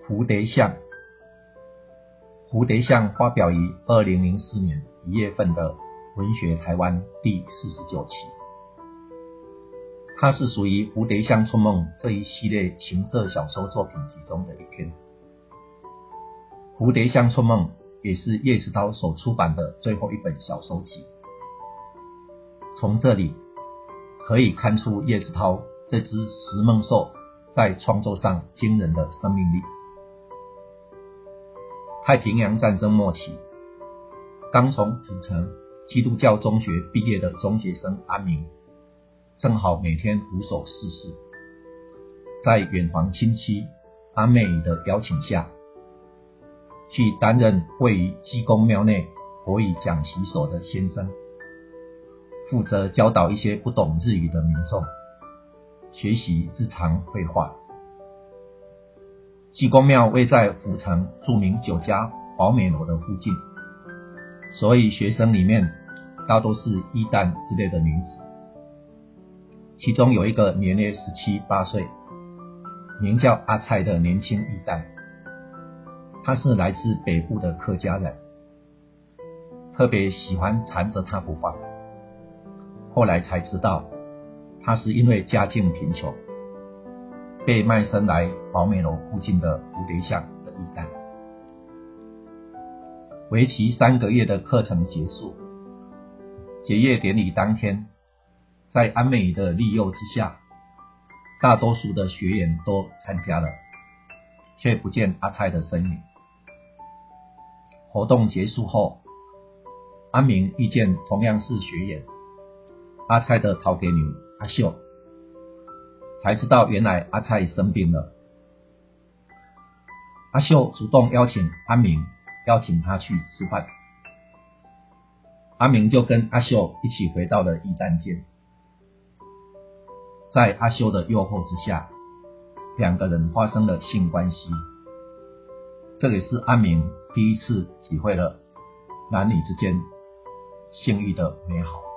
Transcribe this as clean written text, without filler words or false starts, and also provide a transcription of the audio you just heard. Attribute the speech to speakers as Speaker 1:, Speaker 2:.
Speaker 1: 蝴蝶像。蝴蝶像发表于2004年1月份的文学台湾第49期。它是属于蝴蝶像春梦这一系列情色小说作品集中的一篇。蝴蝶像春梦也是叶石涛所出版的最后一本小说集。从这里可以看出叶石涛这只食梦兽在创作上惊人的生命力。太平洋战争末期，刚从府城基督教中学毕业的中学生安民，正好每天无所事事，在远房亲戚安美仪的邀请下，去担任位于济公庙内国语讲习所的先生，负责教导一些不懂日语的民众学习日常绘画。济公庙位在府城著名酒家宝美楼的附近，所以学生里面大多是艺旦之类的女子。其中有一个年约17、18岁，名叫阿蔡的年轻艺旦，他是来自北部的客家人，特别喜欢缠着他不放。后来才知道，他是因为家境贫穷，被卖身来宝美楼附近的蝴蝶像的艺旦。为期3个月的课程结束，结业典礼当天，在安美仪的利诱之下，大多数的学员都参加了，却不见阿蔡的身影。活动结束后，安明遇见同样是学员阿蔡的头家娘阿秀，才知道原来阿蔡生病了。阿秀主动邀请安明，邀请他去吃饭。安明就跟阿秀一起回到了艺旦间。在阿秀的诱惑之下，2个人发生了性关系。这也是安明第一次体会了男女之间性欲的美好。